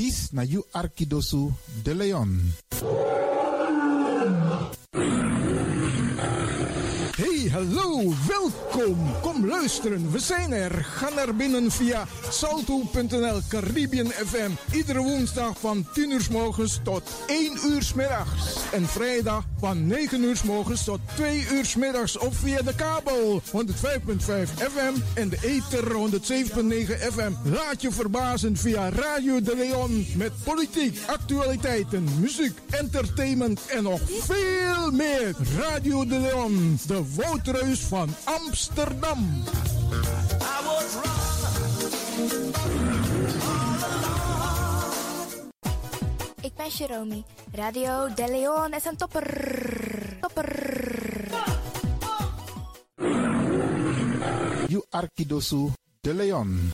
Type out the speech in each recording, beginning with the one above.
Dis na you Arkidosu de Leon. Hey, hallo, welkom. Kom luisteren, we zijn er. Ga naar binnen via salto.nl Caribbean FM. Iedere woensdag van 10 uur 's morgens tot 1 uur 's middags. En vrijdag van 9 uur 's morgens tot 2 uur 's middags. Of via de kabel 105.5 FM en de ether 107.9 FM. Laat je verbazen via Radio de Leon. Met politiek, actualiteiten, muziek, entertainment en nog veel meer. Radio de Leon, de Woudreus van Amsterdam. Ik ben Jerome. Radio de Leon is een topper. You Arkidosu de Leon.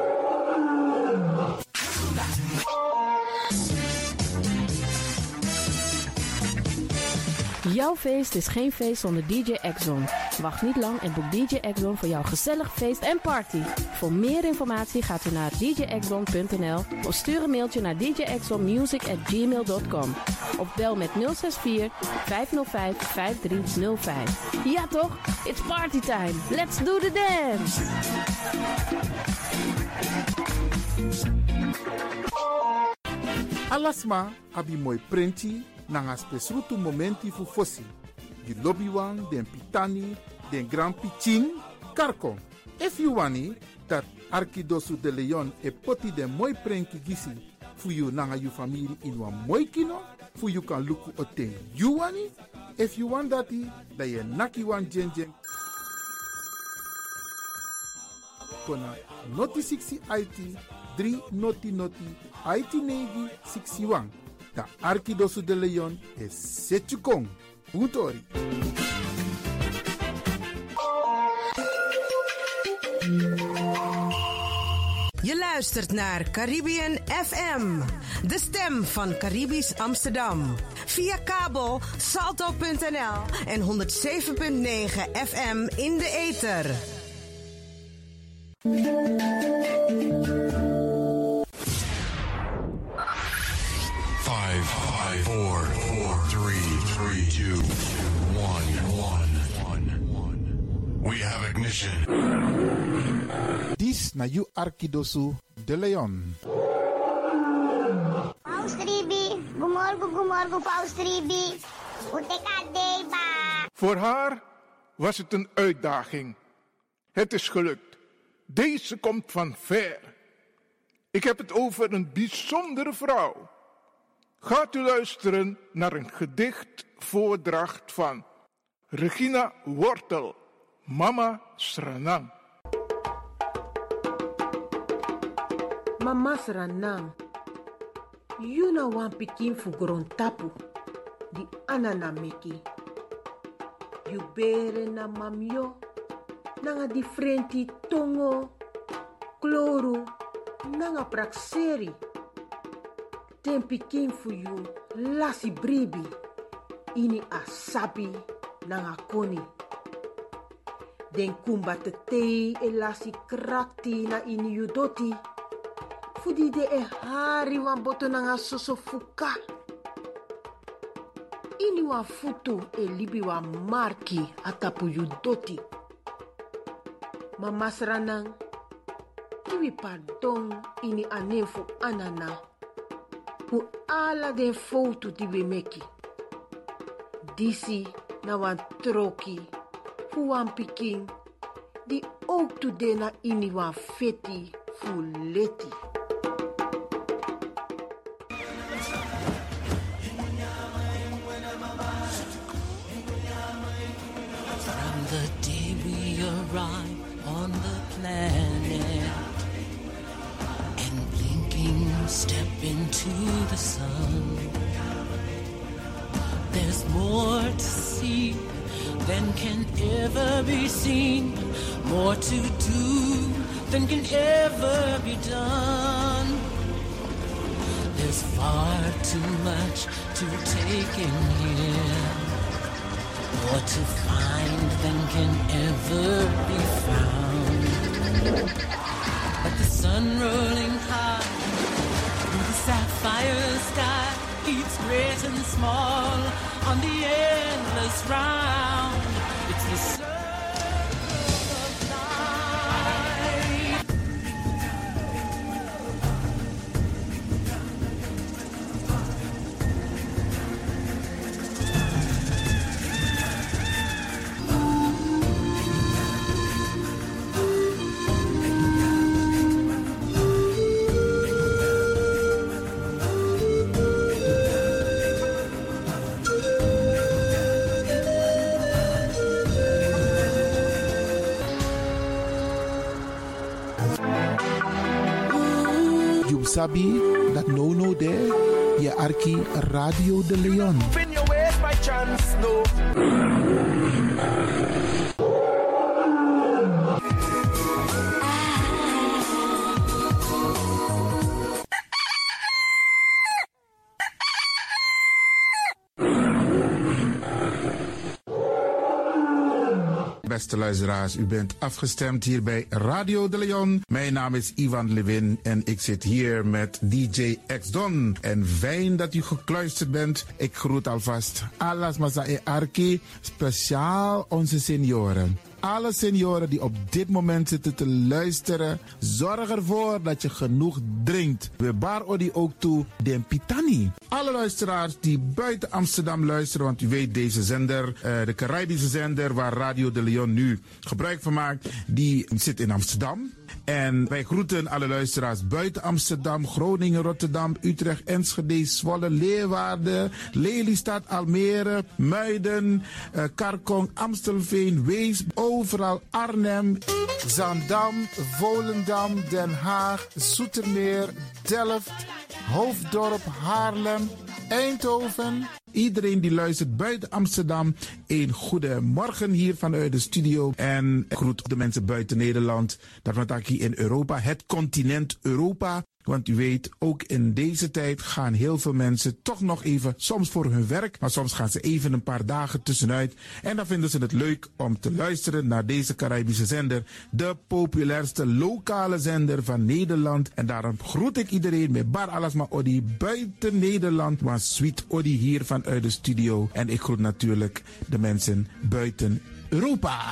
Jouw feest is geen feest zonder DJ Exxon. Wacht niet lang en boek DJ Exxon voor jouw gezellig feest en party. Voor meer informatie gaat u naar djexxon.nl of stuur een mailtje naar djexxonmusic@gmail.com of bel met 064 505 5305. Ja toch? It's party time. Let's do the dance. Alasma abi moi prenti nanga spesrutu momenti fu fossi. Di lobby wan, den pitani, den grand pitching, karko. If you wani, dat Arkidosu de Leon e poti den moi prenki gisi fu you nanga you family in wan moi kino, fu you kan luku oten you wani. If you want dati, da ye naki wan jen. Kona noti 60 IT, 3 noti IT negi 61. Da Arkidosu de Leon is Setjukong. Boetori. Je luistert naar Caribbean FM, de stem van Caribisch Amsterdam. Via kabel salto.nl en 107.9 FM in de ether. 5, 4, 3, 2, 1. We have ignition. Dis na you Arkidosu de Leon. Paus Ribi, gumorgo Paus Ribi. Utekadeba. Voor haar was het een uitdaging. Het is gelukt. Deze komt van ver. Ik heb het over een bijzondere vrouw. Gaat u luisteren naar een gedichtvoordracht van Regina Wortel, Mama Sranang. Mama Sranang, you na wan pikin fu grontapu, di anana meki. You bere na mamyo, nanga differenti tongo, kloru, nanga prakseri. Ten pikin fu you lasi bribi, ini asabi nanga koni. Den kumba te tei e lasi krakti na ini yudoti. Fudi de e hari wan boto nanga soso fuka. Ini wan futu e libi wan marki atapu yudoti. Mama Sranang, kiwi pardon ini anefu anana. Fu ala den foto die we meki. Disi na wan troki. Fu wan pikin. Die ook to dena ini wan feti. Fu leti. From the day we arrive on the planet and blinking step into the sun, there's more to see than can ever be seen, more to do than can ever be done. There's far too much to take in here, more to find than can ever be found. But the sun rolling high through the small on the endless round. It's the circle of life. Sabi dat no there, je arki Radio de Leon. Fin your ways by chance, no. Beste luisteraars, u bent afgestemd hier bij Radio de Leon. Mijn naam is Ivan Levin en ik zit hier met DJ X-Don. En fijn dat u gekluisterd bent. Ik groet alvast Alas Masa e Arki, speciaal onze senioren. Alle senioren die op dit moment zitten te luisteren, zorg ervoor dat je genoeg drinkt. We bar odi ook toe den Pitani. Alle luisteraars die buiten Amsterdam luisteren, want u weet deze zender, de Caribische zender waar Radio de Leon nu gebruik van maakt, die zit in Amsterdam. En wij groeten alle luisteraars buiten Amsterdam, Groningen, Rotterdam, Utrecht, Enschede, Zwolle, Leeuwarden, Lelystad, Almere, Muiden, Karkong, Amstelveen, Wees, overal Arnhem, Zaandam, Volendam, Den Haag, Zoetermeer, Delft, Hoofddorp, Haarlem, Eindhoven. Iedereen die luistert buiten Amsterdam, een goede morgen hier vanuit de studio. En ik groet de mensen buiten Nederland, dat we het hier in Europa, het continent Europa. Want u weet, ook in deze tijd gaan heel veel mensen toch nog even, soms voor hun werk, maar soms gaan ze even een paar dagen tussenuit. En dan vinden ze het leuk om te luisteren naar deze Caribische zender, de populairste lokale zender van Nederland. En daarom groet ik iedereen met Bar Alasma Odi buiten Nederland, maar Sweet Odi hier vanuit de studio. En ik groet natuurlijk de mensen buiten Europa.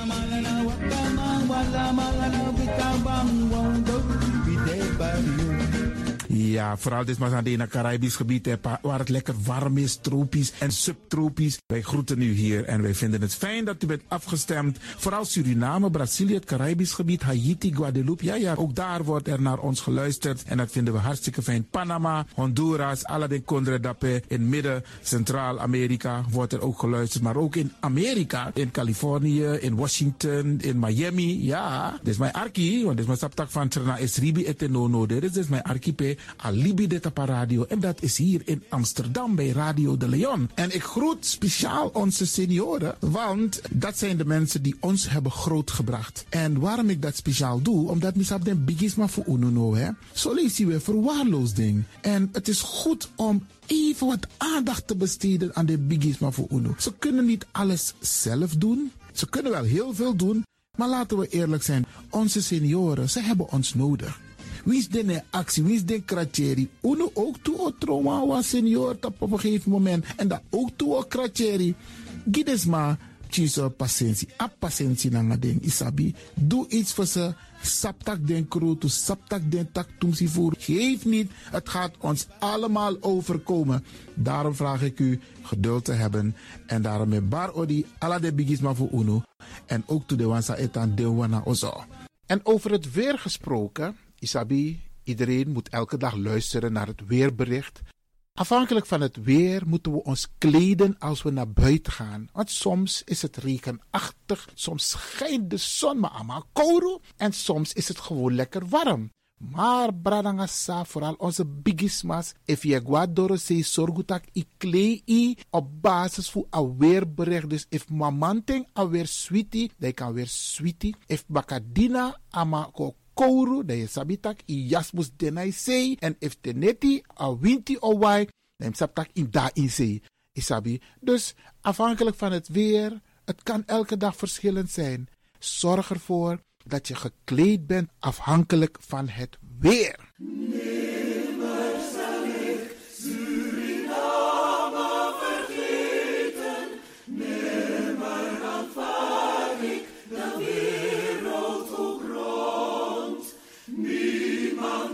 Ja, vooral dit maar aan het Caribisch gebied, waar het lekker warm is, tropisch en subtropisch. Wij groeten u hier en wij vinden het fijn dat u bent afgestemd. Vooral Suriname, Brazilië, het Caribisch gebied, Haiti, Guadeloupe. Ja, ook daar wordt er naar ons geluisterd en dat vinden we hartstikke fijn. Panama, Honduras, Aladdin Condre Dapé, in midden, Centraal-Amerika wordt er ook geluisterd. Maar ook in Amerika, in Californië, in Washington, in Miami. Ja, dit is mijn arki, want dit is mijn saptak van Trena Esribi et Nono. Dit is mijn archipel. Alibi de Tapa Radio. En dat is hier in Amsterdam bij Radio de Leon. En ik groet speciaal onze senioren, want dat zijn de mensen die ons hebben grootgebracht. En waarom ik dat speciaal doe, omdat misap den bigisma voor uno, hè. Zo lezen we verwaarloosding. En het is goed om even wat aandacht te besteden aan de bigisma voor uno. Ze kunnen niet alles zelf doen. Ze kunnen wel heel veel doen, maar laten we eerlijk zijn. Onze senioren, ze hebben ons nodig. Wie is de actie, wie is de kratjeri? Uno ook toe o trauma was senior op een gegeven moment. En dat ook toe o kratjeri. Gides maar, tjiso patiëntie. A patiëntie na ding, isabi. Doe iets voor ze. Saptak den kroto, saptak den tak tumsi voer. Geef niet, het gaat ons allemaal overkomen. Daarom vraag ik u geduld te hebben. En daarom met bar odi, ala de bigisma voor uno. En ook toe de wansa etan de wana ozo. En over het weer gesproken, Isabi, iedereen moet elke dag luisteren naar het weerbericht. Afhankelijk van het weer moeten we ons kleden als we naar buiten gaan. Want soms is het regenachtig, soms schijnt de zon maar allemaal kouro en soms is het gewoon lekker warm. Maar bradangasa, vooral onze bigismas, if je guadoro se sorgutak i klei op basis van een weerbericht. Dus if mamanting alweer sweetie, dan kan weer sweetie. If bakadina ama kouru, dat je sabitak i jasmus denai sei. En if teneti a winti o wai, dan sabitak in da in sei. Isabi. Dus afhankelijk van het weer, het kan elke dag verschillend zijn. Zorg ervoor dat je gekleed bent afhankelijk van het weer. Nimmer zal ik Suriname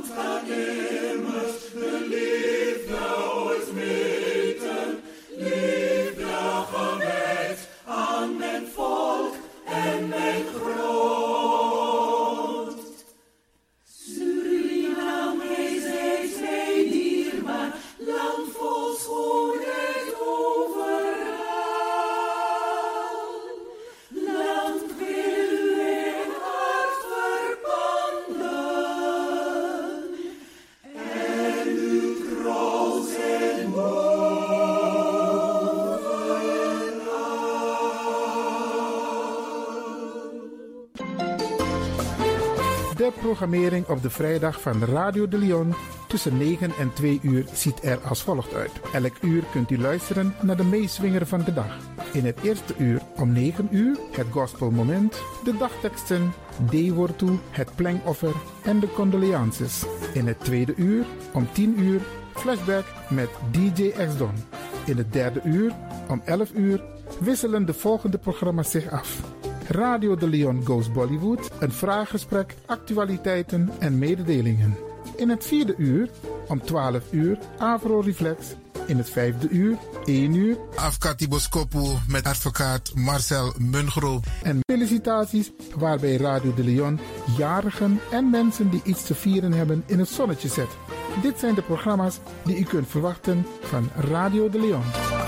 De programmering op de vrijdag van Radio de Leon tussen 9 en 2 uur ziet er als volgt uit. Elk uur kunt u luisteren naar de meeswinger van de dag. In het eerste uur om 9 uur het gospelmoment, de dagteksten, Deewortu, het plengoffer en de condoleances. In het tweede uur om 10 uur flashback met DJ X-Don. In het derde uur om 11 uur wisselen de volgende programma's zich af. Radio de Leon Goes Bollywood, een vraaggesprek, actualiteiten en mededelingen. In het vierde uur om 12 uur Afro Reflex. In het vijfde uur 1 uur Afkati Boskopu met advocaat Marcel Mungro. En felicitaties waarbij Radio de Leon jarigen en mensen die iets te vieren hebben in het zonnetje zet. Dit zijn de programma's die u kunt verwachten van Radio de Leon.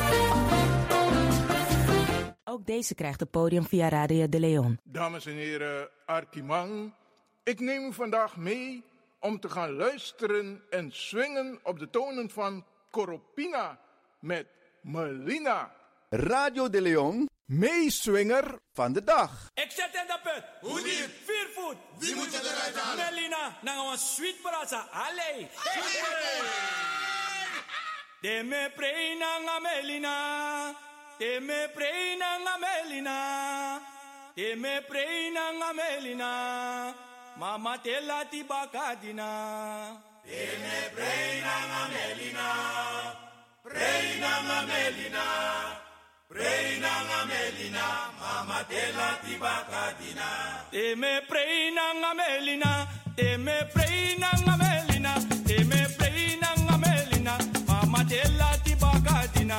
Ook deze krijgt het podium via Radio de Leon. Dames en heren, Arkimang, ik neem u vandaag mee om te gaan luisteren en swingen op de tonen van Koropina met Melina. Radio de Leon, meeswinger van de dag. Ik zet in de put. Hoe diep? 4 voet. Wie moet je eruit halen? Melina, nou een sweet brasa. Allee. De me preina nga Melina. De me preina nga Melina. De me preina nga Melina. Mama te lati bakadina. De me preina nga Melina. Preina nga Melina. Preina nga Melina. Mama te lati bakadina. De me preina nga Melina. De me preina nga Melina. De me preina nga Melina. Mama te lati bakadina.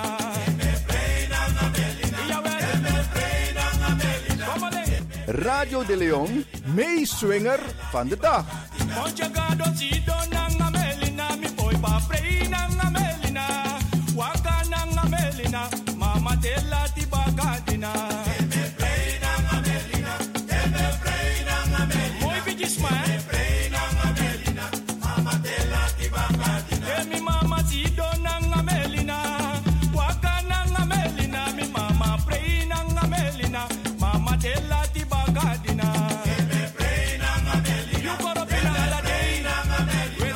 Radio de Leon, meeswinger van de dag. Mama te lati bakadina. Mooi beetje smaak. Mama te lati bakadina. Mi mama si donanga Melina. Wakananga Melina. Mi mama preinanga Melina. Mama te lati bakadina. You go up in a day.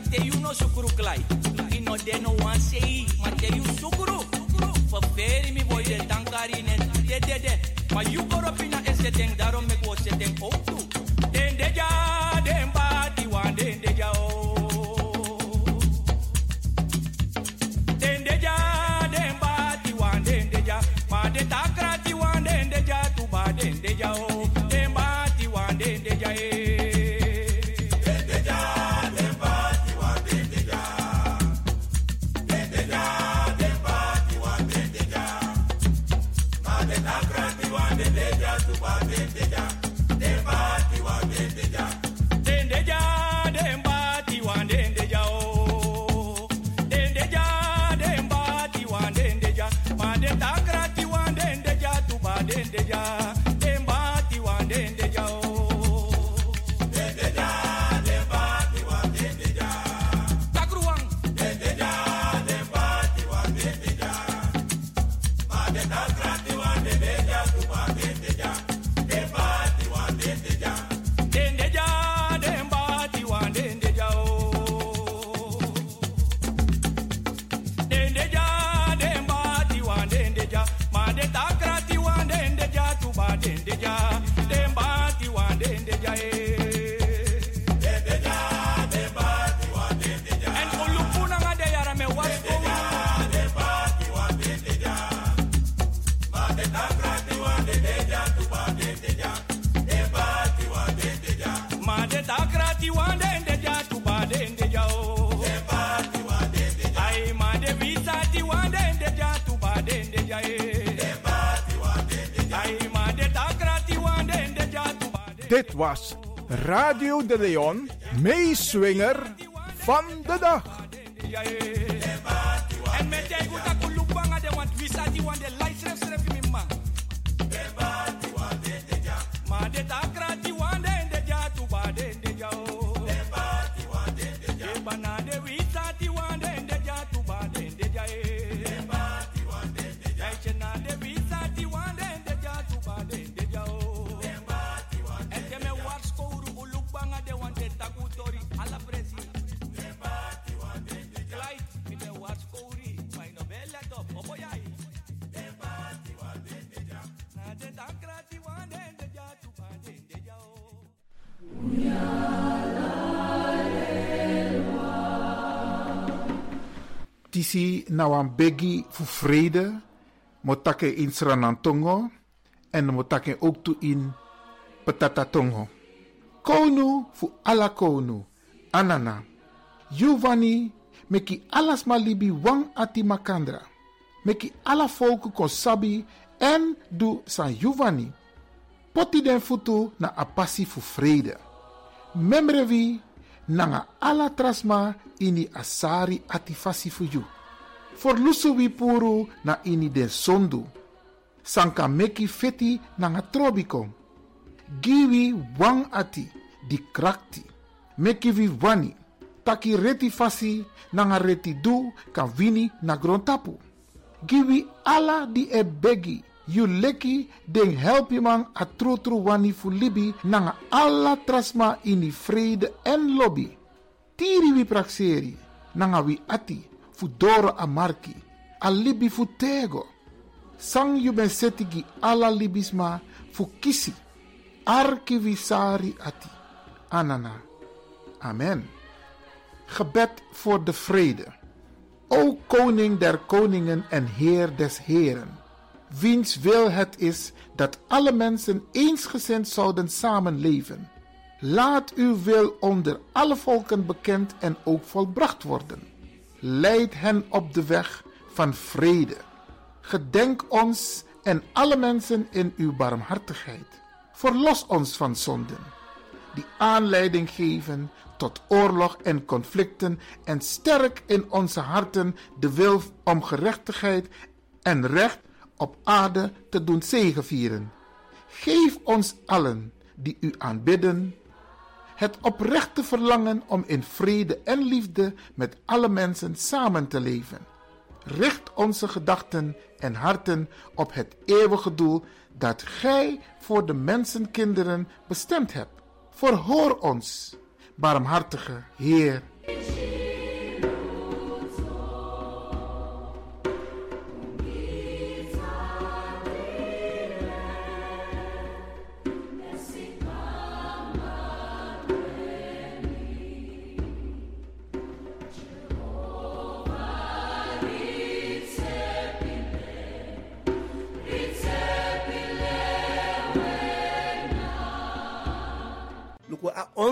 te you no sukuru klai. You no de no one say, ma te you sukuru. For very me boy de tankari ne de. Ma you go up in a setting, daarom me go setting ook toe. Den de ja, den body one, den de ja oh. Den de ja, den body one, den de ja. Ma de takrati one, den de ja tu ba den de ja oh. Den body one, den de ja eh. Dit was Radio de Leon, meeswinger van de dag. En met jij goed dat kulubanga de want visa die want de license ref mi man. Maar de takra die want de ja tu ba de ja o. De bana de visa die want de ja tu ba de ja e. Jij chena de visa die want de ja tu ba de ja o. De want de takutori alla presi. Klait mit de watskori, my no bella top. Oboyai. Na de takrati want de ja tu ba de ja o. Tisi nawam begi fu vrede, motake in Sranantongo en motake ook toe in Petatatongo. Konu fu ala konu, anana. Giovanni meki alas malibi wang ati makandra. Meki ala volku konsabi en du san Giovanni. Poti den futu na apasi fu vrede. Memrevi nanga ala trasma ini asari ati fasi fu you. For lusu wipuru na ini den sondu. Sanka meki feti nanga trobikom. Giwi wang ati di krakti. Meki vi wani. Taki reti fasi nanga reti du kan wini na grontapu. Giwi ala di e begi. You leki den help je man a trotro wani fu libi nanga alla trasma ini vrede en lobby. Tiri wi praxeri nanga wi ati fu doro amarki. A libi fu tego. Sang you ben setigi alla libisma fu kisi. Arkivisari ati. Anana. Amen. Gebed voor de vrede. O koning der koningen en heer des heren. Wiens wil het is dat alle mensen eensgezind zouden samenleven. Laat uw wil onder alle volken bekend en ook volbracht worden. Leid hen op de weg van vrede. Gedenk ons en alle mensen in uw barmhartigheid. Verlos ons van zonden, die aanleiding geven tot oorlog en conflicten en sterk in onze harten de wil om gerechtigheid en recht op aarde te doen zegevieren. Geef ons allen die u aanbidden het oprechte verlangen om in vrede en liefde met alle mensen samen te leven. Richt onze gedachten en harten op het eeuwige doel dat gij voor de mensenkinderen bestemd hebt. Verhoor ons, barmhartige Heer.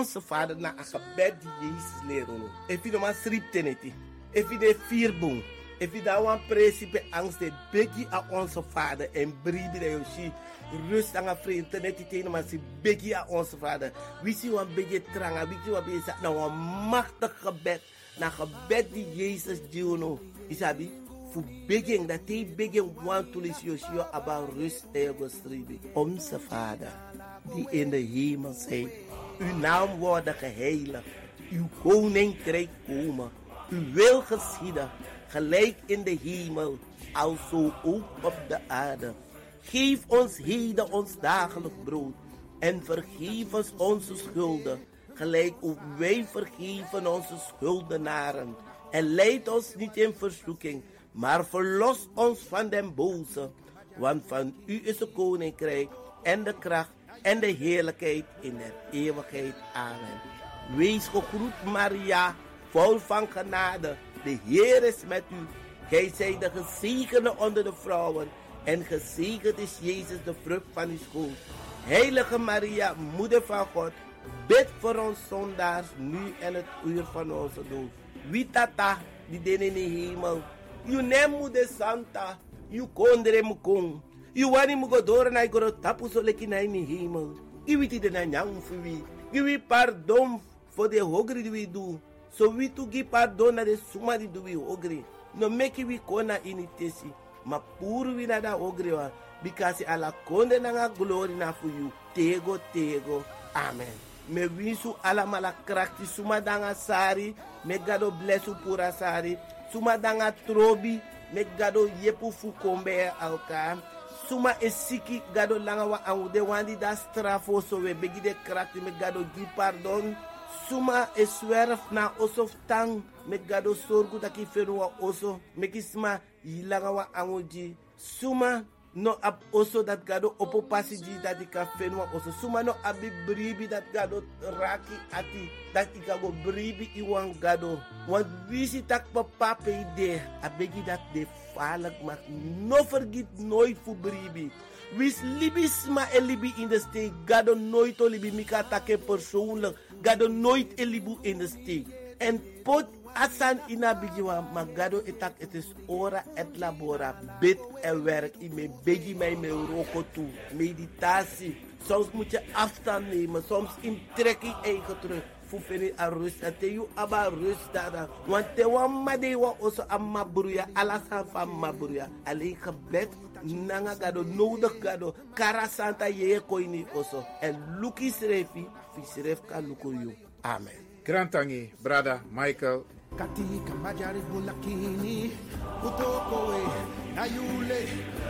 onze Vader na een gebed die Jezus leren. If je nog maar schrijft teneti. If je de vierboom. If je daar een principe angst de begi aan onze Vader en bribi de Yoshi. Rust aan vrede teneti tegen maar si begi aan onze Vader. Wie zie wat begi tranga, wie zie wat begi zat nou een machtig gebed. Na gebed die Jezus duwno. Isabi. Voor begging dat hij begging want to lees Yoshio about rust ego stribi. Onze Vader die in de hemel zijt, uw naam worden geheiligd, uw koninkrijk komen, uw wil geschieden, gelijk in de hemel, alzo ook op de aarde. Geef ons heden ons dagelijks brood en vergeef ons onze schulden, gelijk ook wij vergeven onze schuldenaren. En leid ons niet in verzoeking, maar verlos ons van den boze. Want van u is het koninkrijk en de kracht en de heerlijkheid in de eeuwigheid. Amen. Wees gegroet Maria, vol van genade. De Heer is met u. Gij zijt de gezegende onder de vrouwen. En gezegend is Jezus, de vrucht van uw schoot. Heilige Maria, moeder van God, bid voor ons zondaars, nu en het uur van onze dood. Wie tata, die den in de hemel. You nemu de Santa, you kondre mukong. You wani mugodora na igoro tapu so leki na in de hemel. Giwiti de na nyang fuwi. Giwi pardon voor de hogri die we do. So we to give pardon na de suma die do we hogri. No make we kona initesi. Ma puru we na da hogri wa. Because ala konde na nga glory na for you. Tego, tego. Amen. Me winsu ala mala krakti suma danga sari. Me gado blessu pura sari. Suma danga trobi, me gado yepu fu kombe alka. Suma esiki gado langa wa angude wandi da strafo so we begi de krakti me gado di pardon. Suma eswerf na osof tang, me gado sorgu taki fenu wa oso. Me kisma yilanga wa anguji. Suma no ab oso dat gado opo pasiji dat ika fenu wa oso. Suma no abi bribi dat gado raki ati. Dat ik go bribi iwan gado. Want wisi tak papa ide. Abegi dat de falak mag. No vergiet nooit voor bribi. Wis libi sma en libi in de steek. Gado nooit o libi mika take persoonlijk. Gado nooit en libu in de steek. En pot asan ina bigiwa. Maar gado etak het is ora et labora. Bid en werk. I me begi mij me roko toe. Meditatie. Soms moet je afstand nemen. Soms in trekking eigen terug. Fufeni a rust. Ate you aba rust dada. Want te wan madewa oso amma bruya. Alasan van mabruya. Alleen gebed. Nanga gado. Nodig gado. Kara santa ye koini oso. En luki srefi. Fisref ka luko you. Amen. Grantangi, brada Michael. Kati kamajari bulakini. Utokoe. Ayule.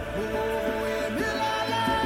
Uoe milala.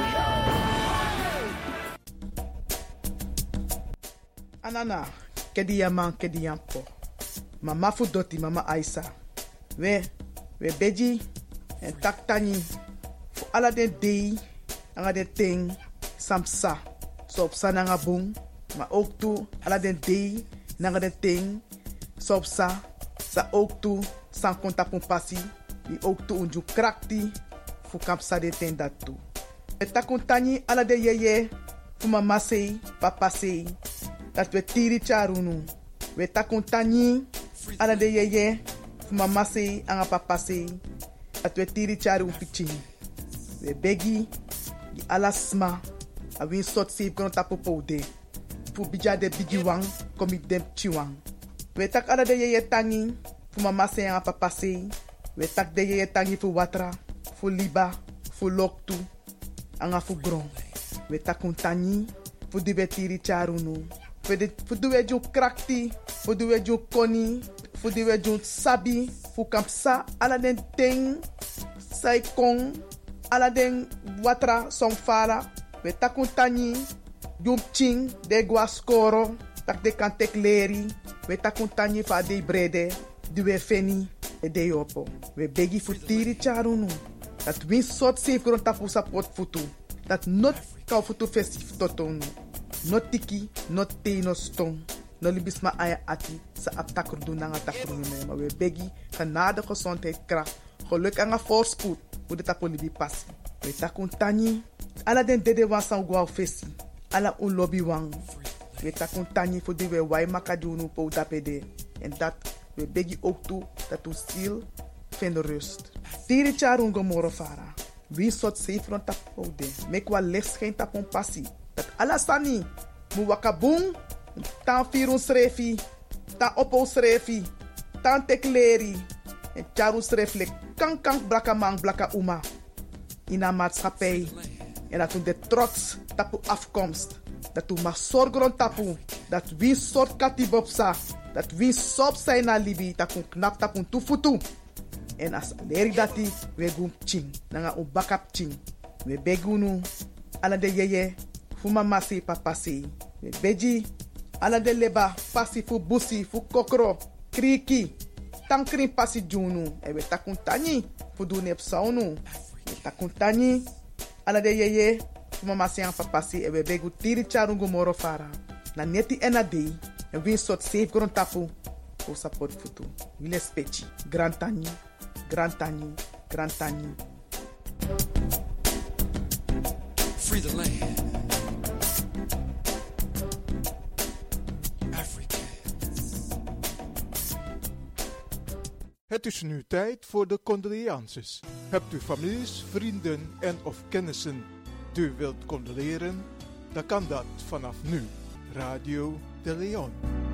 Anana, kedi yaman kedi yampo. Mama Fudoti, mama Aisa. We beji en taktani. Fu ala den dei, anga den ting, samsa. So op sa nanga bung, maar ook toe ala den dei, nanga den ting, so op sa ook toe, san konta pun pasi, die ook toe unju krakti, fu kampsa den ting dat toe. Et takontani ala den yeye, fu mama sei, papa sei. Dat we tiri charunu. We takuntani ala de yeye. Mama sei, anga papa sei. Dat we tiri charu piching. We begi. Di alasma. A win sot save kono tapo poude. Fu bija de bigi wang. Komi dem chiwang. We tak ala de yeye tangi. Fu mama sei, anga papa sei. We tak de yeye tangi fu watra. Fu liba. Fu loktu. Anga fu gron. We takuntani. Fu di we tiri charunu. Fu duwe jun krakti, fu duwe jun koni, fu duwe jun sabi, fu kampsa ala den ting, saikong, ala den watra somfara, we takuntani, jun ching, de guaskoro, tak de kantek leri, we takuntani fa de brede, duwe feni, e de yopo. We begi fu tiri charunu, dat win sot safe grond tapu sapot futu, dat not kau futu festif totonu. No tiki, no te, no stong. No libisma aya ati. Sa aptakrudu na nga takrudu na. Maar we begi genade, gezondheid, kracht. Geluk en voorspoed. Hoe de tapo libi passi. We takun tani. Ala den dede wan san guau fesi. Ala un lobby wang. We takun tani voor die we wai makadunu po dapede. En dat we begi ook toe dat u ziel vindt rust. Tiri charungo morofara. Wie soort zeefron tapode. Mekwa licht geen tapon passie. Dat alasani. Mu wakabung. Tan firun srefi. Tan opo srefi. Tan tekleri. En charu sreflek. Kankank blaka mang blaka uma. In een maatschappij. En dat u de trots tapu afkomst. Dat u mag zorgen tapu. Dat wie soort katibopsa. Dat wie sop zijn na libi. Dat u knap tapu tufutu. En als leri dati we gum ching. Nanga u bakap ching. We begunu. Ala de yeye. Fu mama si papa si. We beji. Ala de leba. Pasi fu busi. Fu kokro. Kriki. Tankrin pasi junu. E we takun tani. Fu du nep saunu. We takun tani. Ala de yeye. Fu mama si an papa si. E we begu tiri charungu moro fara. Na neti ena dei. En win sot safe grond tapu. Fu support futu. Wile spechi. Grand tani. Grand tani. Grand tani. Free the land. Het is nu tijd voor de condolences. Hebt u families, vrienden en of kennissen die u wilt condoleren? Dan kan dat vanaf nu. Radio de Leon.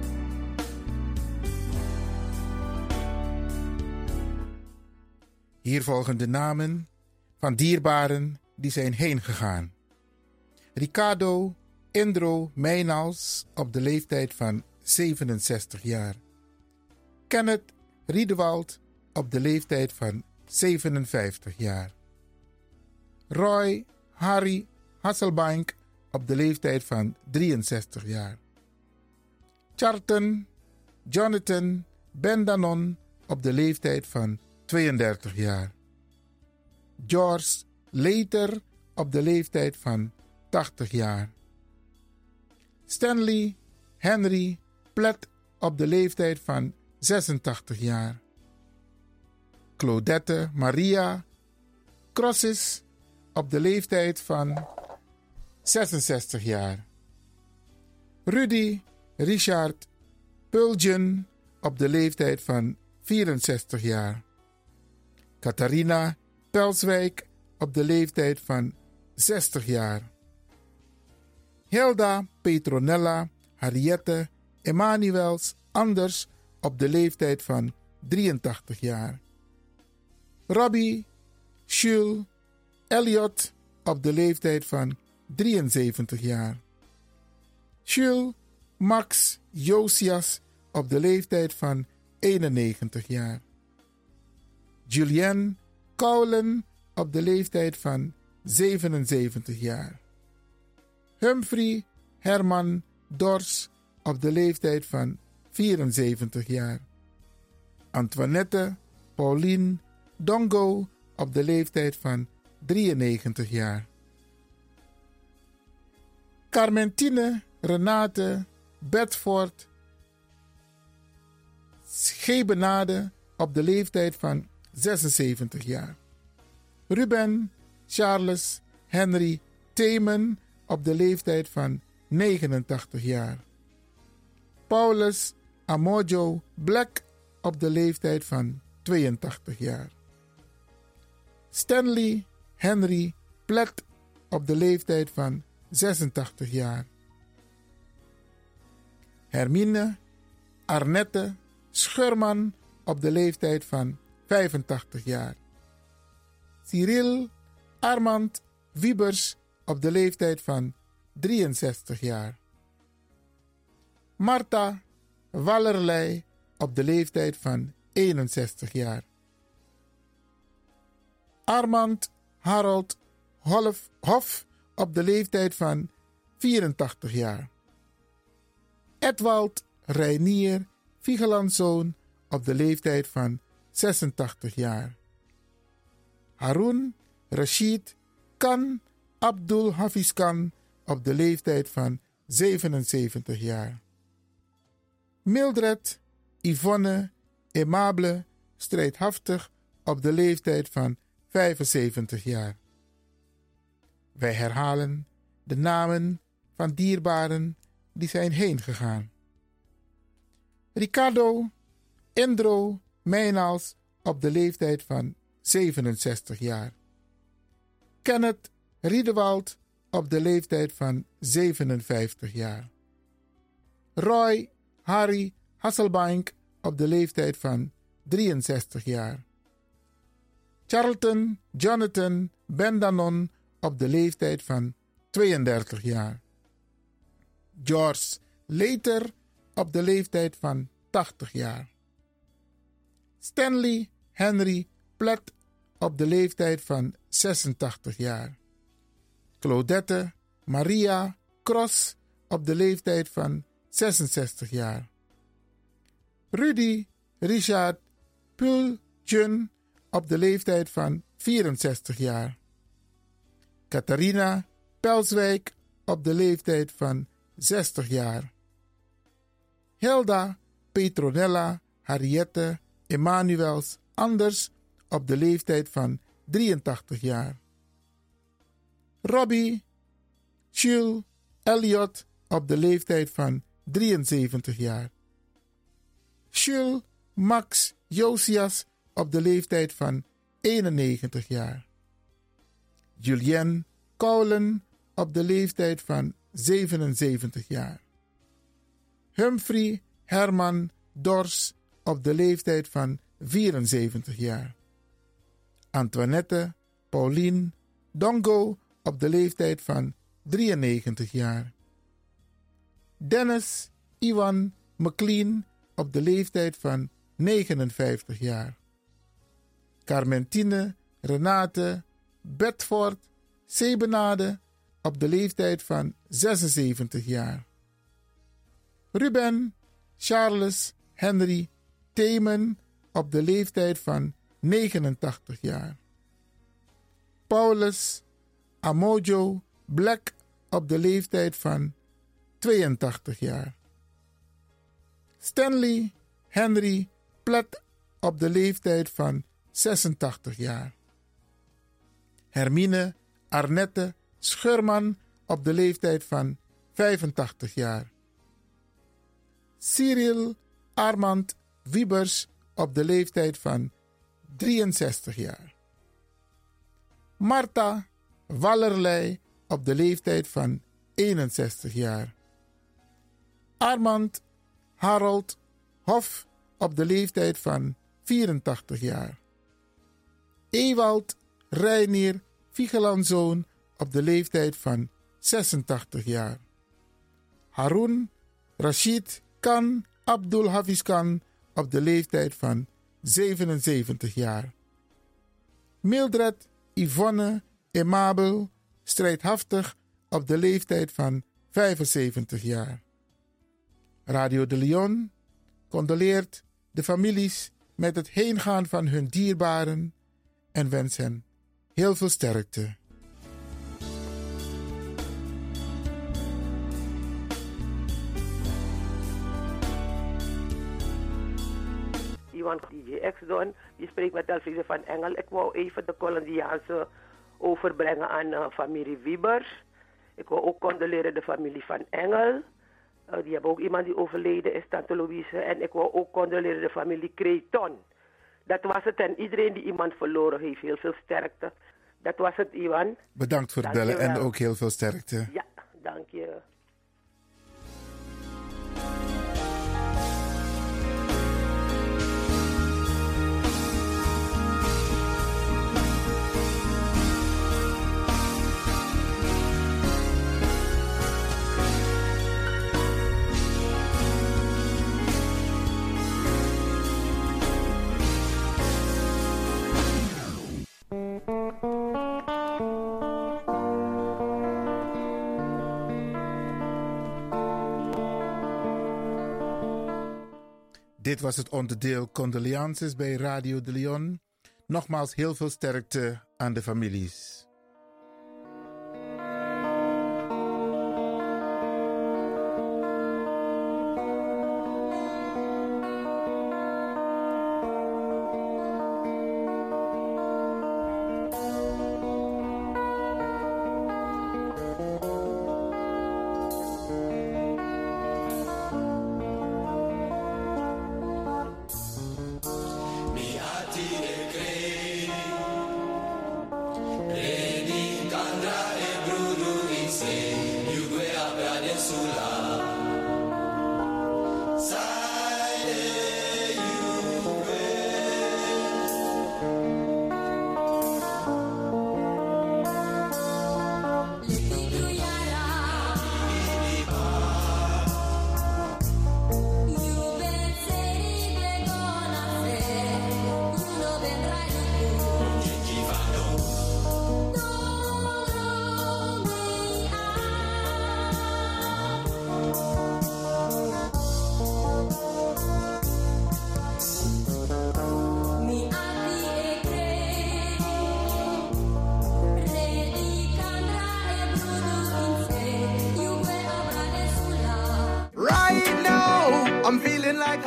Hier volgen de namen van dierbaren die zijn heen gegaan. Ricardo Indro Meynals op de leeftijd van 67 jaar. Kenneth Riedewald op de leeftijd van 57 jaar. Roy Harry Hasselbank op de leeftijd van 63 jaar. Charlton Jonathan Bendanon op de leeftijd van 32 jaar. George Leiter op de leeftijd van 80 jaar. Stanley Henry Platt op de leeftijd van 86 jaar. Claudette Maria Crosses op de leeftijd van 66 jaar. Rudy Richard Pulgen op de leeftijd van 64 jaar. Catharina Pelswijk op de leeftijd van 60 jaar. Hilda Petronella Harriette Emanuels Anders op de leeftijd van 83 jaar. Robbie Jules Elliot op de leeftijd van 73 jaar. Jules Max Josias op de leeftijd van 91 jaar. Julien Koulen op de leeftijd van 77 jaar. Humphrey Herman Dors op de leeftijd van 74 jaar. Antoinette Pauline Dongo op de leeftijd van 93 jaar. Carmentine Renate Bedford Schebenade op de leeftijd van 76 jaar. Ruben Charles Henry Themen op de leeftijd van 89 jaar. Paulus Amojo Black op de leeftijd van 82 jaar. Stanley Henry Platt op de leeftijd van 86 jaar. Hermine Arnette Schurman op de leeftijd van 85 jaar. Cyril Armand Wiebers op de leeftijd van 63 jaar. Martha Wallerlei op de leeftijd van 61 jaar. Armand Harold Hof op de leeftijd van 84 jaar. Edwald Reinier Vigelandzoon op de leeftijd van 86 jaar. Harun Rashid Khan Abdul Hafiz Khan op de leeftijd van 77 jaar. Mildred Yvonne Aimable Strijdhaftig op de leeftijd van 75 jaar. Wij herhalen de namen van dierbaren die zijn heen gegaan. Ricardo Indro Meynals op de leeftijd van 67 jaar. Kenneth Riedewald op de leeftijd van 57 jaar. Roy Harry Hasselbank op de leeftijd van 63 jaar. Charlton Jonathan Bendanon op de leeftijd van 32 jaar. George Leter op de leeftijd van 80 jaar. Stanley Henry Platt op de leeftijd van 86 jaar. Claudette Maria Cross op de leeftijd van 66 jaar. Rudy Richard Puljun op de leeftijd van 64 jaar. Catharina Pelswijk op de leeftijd van 60 jaar. Hilda Petronella Harriette Emmanuels Anders op de leeftijd van 83 jaar. Robbie Jules Elliot op de leeftijd van 73 jaar. Jules Max Josias op de leeftijd van 91 jaar. Julien Koulen op de leeftijd van 77 jaar. Humphrey Herman Dors op de leeftijd van 74 jaar. Antoinette Pauline Dongo op de leeftijd van 93 jaar. Dennis Iwan McLean op de leeftijd van 59 jaar. Carmentine Renate Bedford Sebenade op de leeftijd van 76 jaar. Ruben Charles Henry Themen op de leeftijd van 89 jaar. Paulus Amojo Black op de leeftijd van 82 jaar. Stanley Henry Platt op de leeftijd van 86 jaar. Hermine Arnette Schurman op de leeftijd van 85 jaar. Cyril Armand Wiebers op de leeftijd van 63 jaar. Martha Wallerlei op de leeftijd van 61 jaar. Armand Harold Hof op de leeftijd van 84 jaar. Ewald Reinier Vigelandzoon op de leeftijd van 86 jaar. Harun Rashid Khan Abdul Hafiz Khan op de leeftijd van 77 jaar. Mildred Yvonne Emabel Strijdhaftig op de leeftijd van 75 jaar. Radio de Leon condoleert de families met het heengaan van hun dierbaren en wens hen heel veel sterkte. Iwan DJX doen. Je spreekt met Elfriede van Engel. Ik wou even de Colombiaanse overbrengen aan familie Wiebers. Ik wil ook condoleren de familie van Engel. Die hebben ook iemand die overleden is, Tante Louise. En ik wil ook condoleren de familie Creton. Dat was het. En iedereen die iemand verloren heeft, heel veel sterkte. Dat was het, Iwan. Bedankt voor het bellen en ook heel veel sterkte. Ja, dank je. Dit was het onderdeel Condoleances bij Radio de Leon. Nogmaals heel veel sterkte aan de families.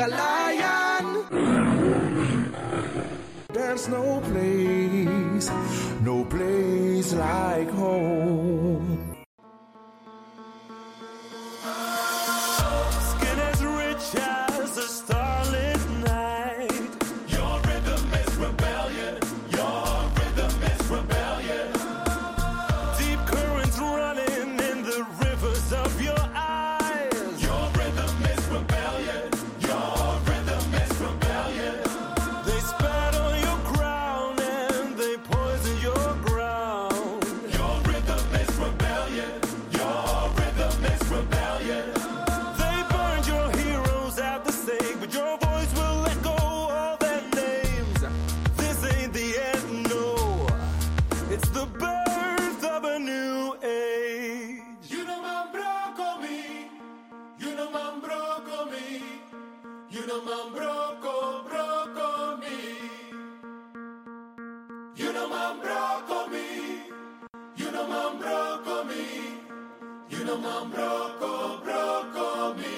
kalayan. There's no place like home. Skin as rich as the starlit night. Your rhythm is rebellion. Your rhythm is rebellion. Deep currents running in the rivers of your eyes. Your rhythm is rebellion. Your rhythm is rebellion. They spat on your crown and they poison your ground. Your rhythm is rebellion. Your rhythm is rebellion. They burned your heroes at the stake, but your voice will echo all their names. This ain't the end, no. It's the birth of a new age. You know man broke me. You know man broke me. You know man broke me. You know man broke me. You know man broke me. You know man broke me.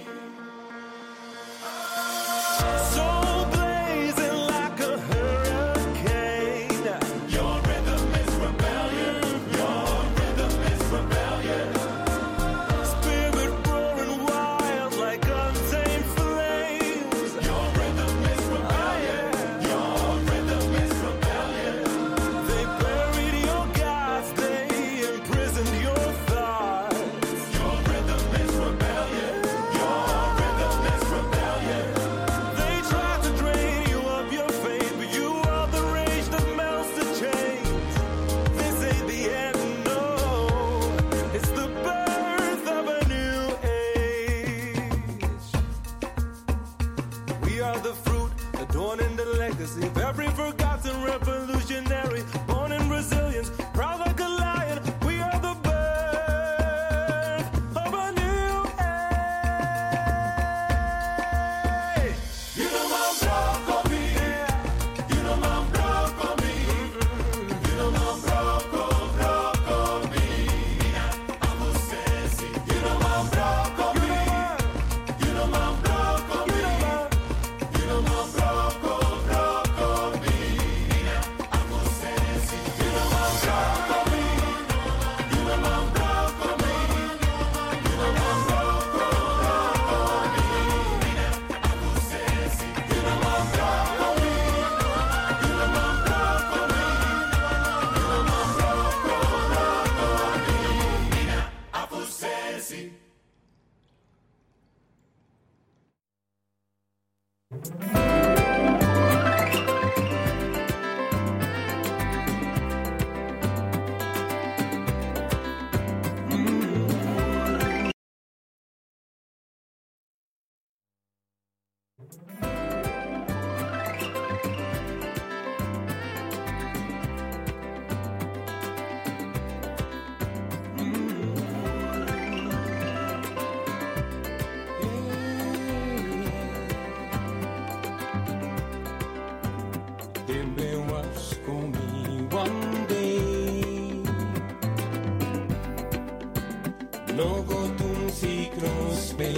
So blazing like a hurricane. Your rhythm is rebellion. Your rhythm is rebellion. Spirit roaring wild like untamed flames. Your rhythm is rebellion. Your rhythm is rebellion. They buried your gods. They imprisoned your thoughts. Your rhythm is rebellion. Your rhythm is rebellion. They tried to drain you of your faith, but you are the rage that melts the chains. This ain't the end, no. It's the birth of a new age. We are the fruit, adorning the legacy of every forgotten revolutionary, born in resilience, proud like a lion. We are the birth of a new age. You know man broke me. You know man broke me. You know man broke me. I'm obsessed. You know man broke me. You know man broke me. You know man broke me. I'm obsessed. You know man broke me. You know man broke me. You know man broke me. I'm obsessed. You know man broke me. You know man broke me. You know man broke me. I'm obsessed. They was for me one day. Logo tung si crossbay.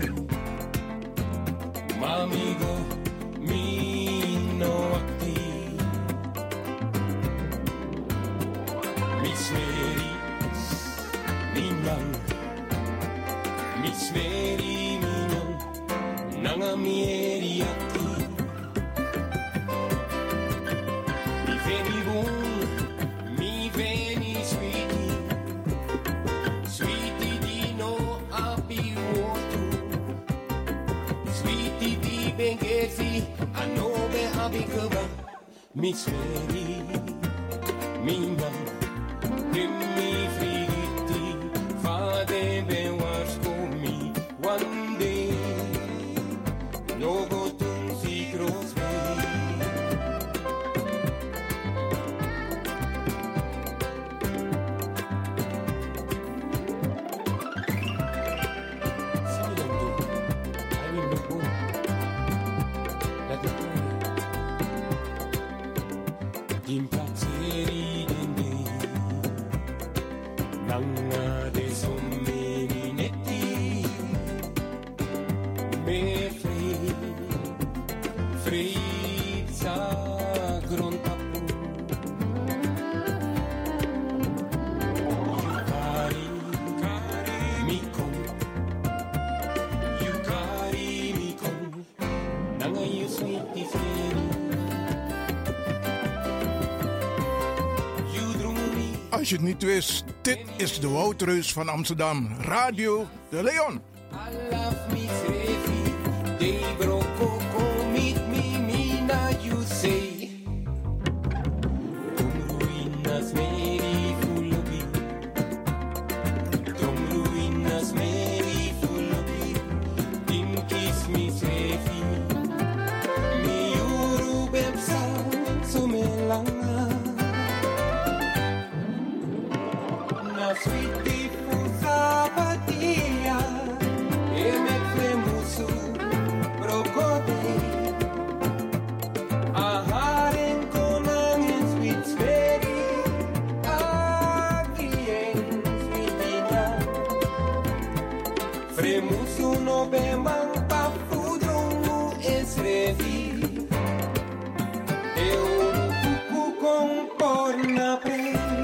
Mamigo mi no akti. Miss Mary Minang. Miss Mary Minang. Nanga mieri akti. Mi veni sweetie, sweetie di no api wotu, sweetie di bengesi, anobe abi kaba, mi sveri, mi man, dimmi frigiti, fade be was me one day, no go to see cross me. Freitsa grondtapu Yukari Mikon Yukari Mikon Nanga you sweetie fairy Als je het niet wist, dit is de Woudreus van Amsterdam, Radio de Leon. Sweetie fusa patia, e me fremusu brokoti. Aharen konang en sweet sweetie, agrien sweetina. Fremusu no bemang pa fudungu es revi. Eu kuku kong porna pre.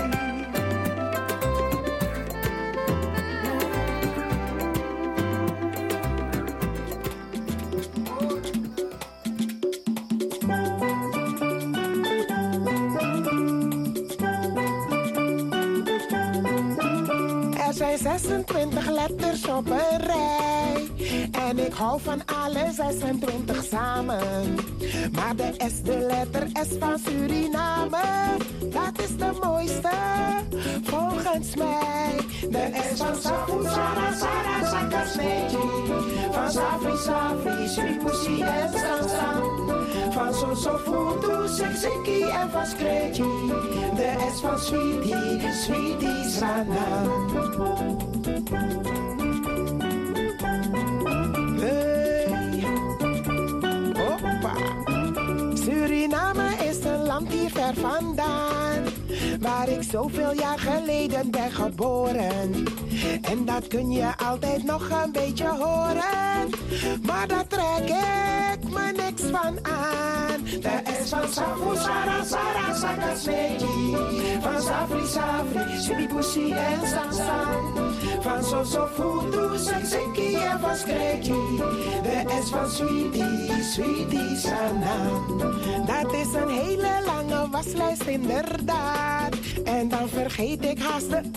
Er zijn 26 letters op een rij. En ik hou van alle 26 samen. Maar de S, de letter S van Suriname, dat is de mooiste, volgens mij. De S van Safu, Sara, Sara, Saka, Sneetje. Van Safri, Safri, Sripusi en Sansan. Van Soso, Futu, Seksiki en van Skreetje. De S van Sweetie, Sweetie, Sana. Hey, hoppa. Suriname is een land hier ver vandaan, waar ik zoveel jaar geleden ben geboren. En dat kun je altijd nog een beetje horen, maar daar trek ik me niks van aan. De S van Safu, Sara, Sara, Saka, Sneetje. Van Safri, Safri, Sripusi en Sansan. Van Soso, Futu, Seksiki en van Skreetje. De S van Sweetie, Sweetie, Sana. Dat is een hele lange waslijst inderdaad. En dan vergeet ik haast de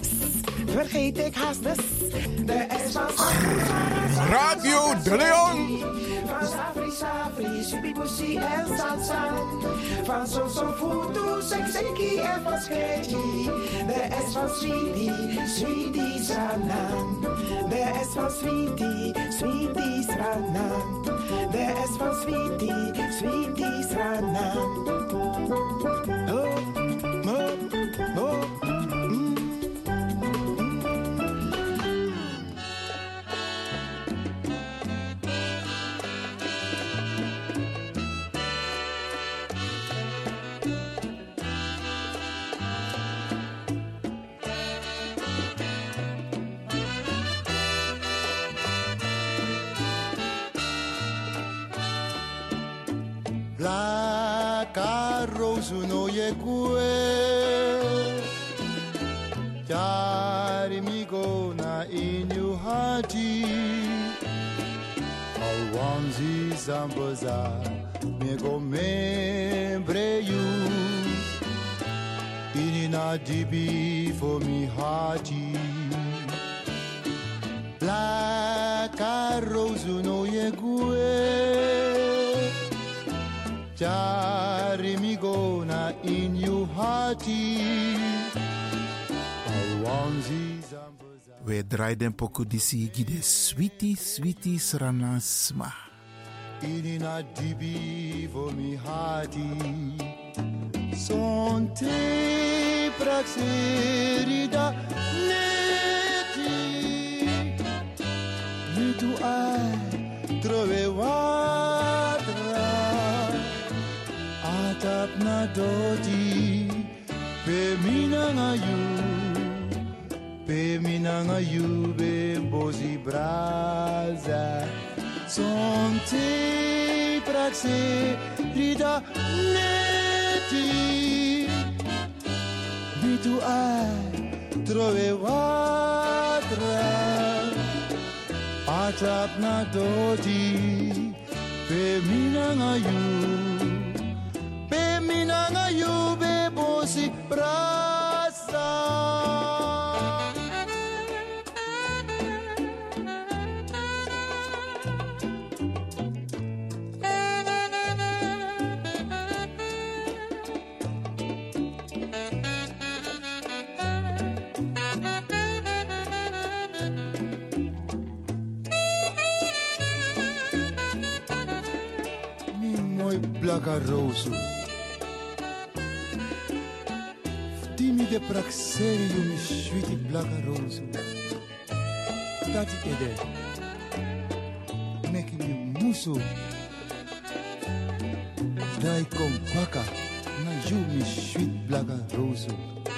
de S van Radio de Leon. Van Safri, Safri, Sripusi en Sansan. Van Soso, Futu, Seksiki en van Skreetje. De S van Sweetie, Sweetie, Sana. De S van Sweetie, Sweetie, Sana. De S van Sweetie, Sweetie, Sana. Oh, oh, oh. La carrozu no ye kue Yari mi go na inyu hati Alwanzi zambaza me go membre you Ini na dibi for mi hati La carrozu no ye kue Jari mi go na in you hati. We draaiden poco disi gide sweetie, sweetie sranasma. Inina dibi vo mi hati. Sonte praxerida neti. Mi tu ai trove watra. Atap na doti. Pe mina ngayu be bozi braza. Sonte pra praxe rida neti bitu ai trove watra atap na doti pemina ngayu bebosi brasa. Blaga roso Dimi de praxerium sweetie blaga roso Tati ede Meki mi muso Dai kom baka Na you mi sweet blaga roso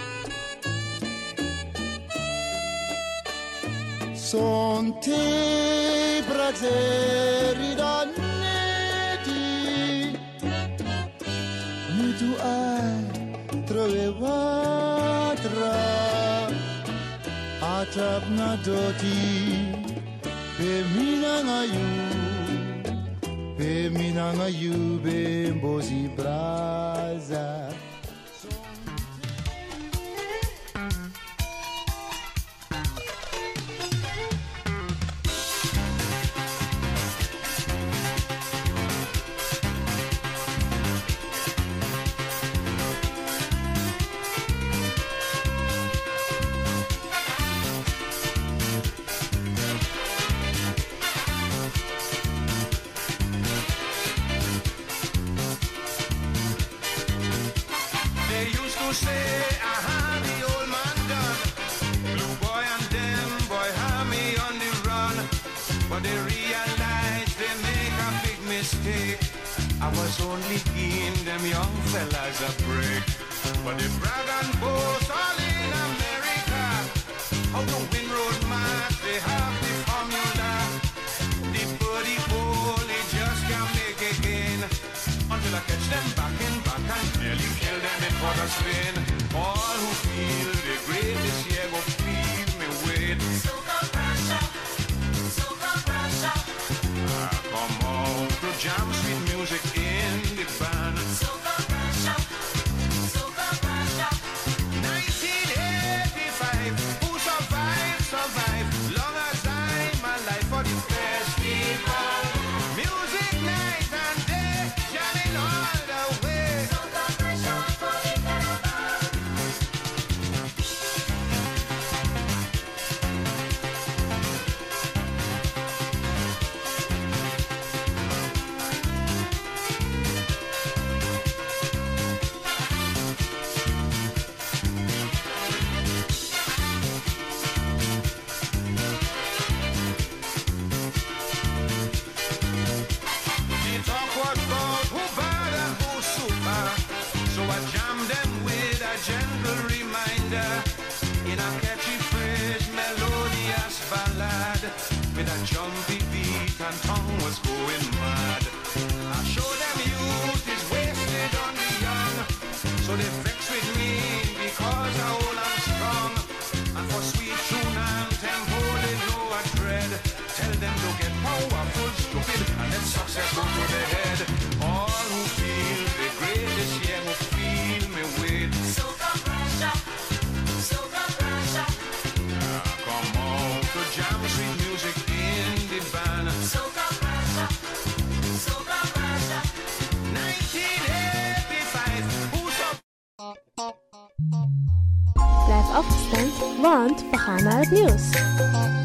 Son te praxeri dan tu ai trovevatra atap na doti pemina ngayu bembozi braza. Blijf afgestemd, want we gaan naar het nieuws.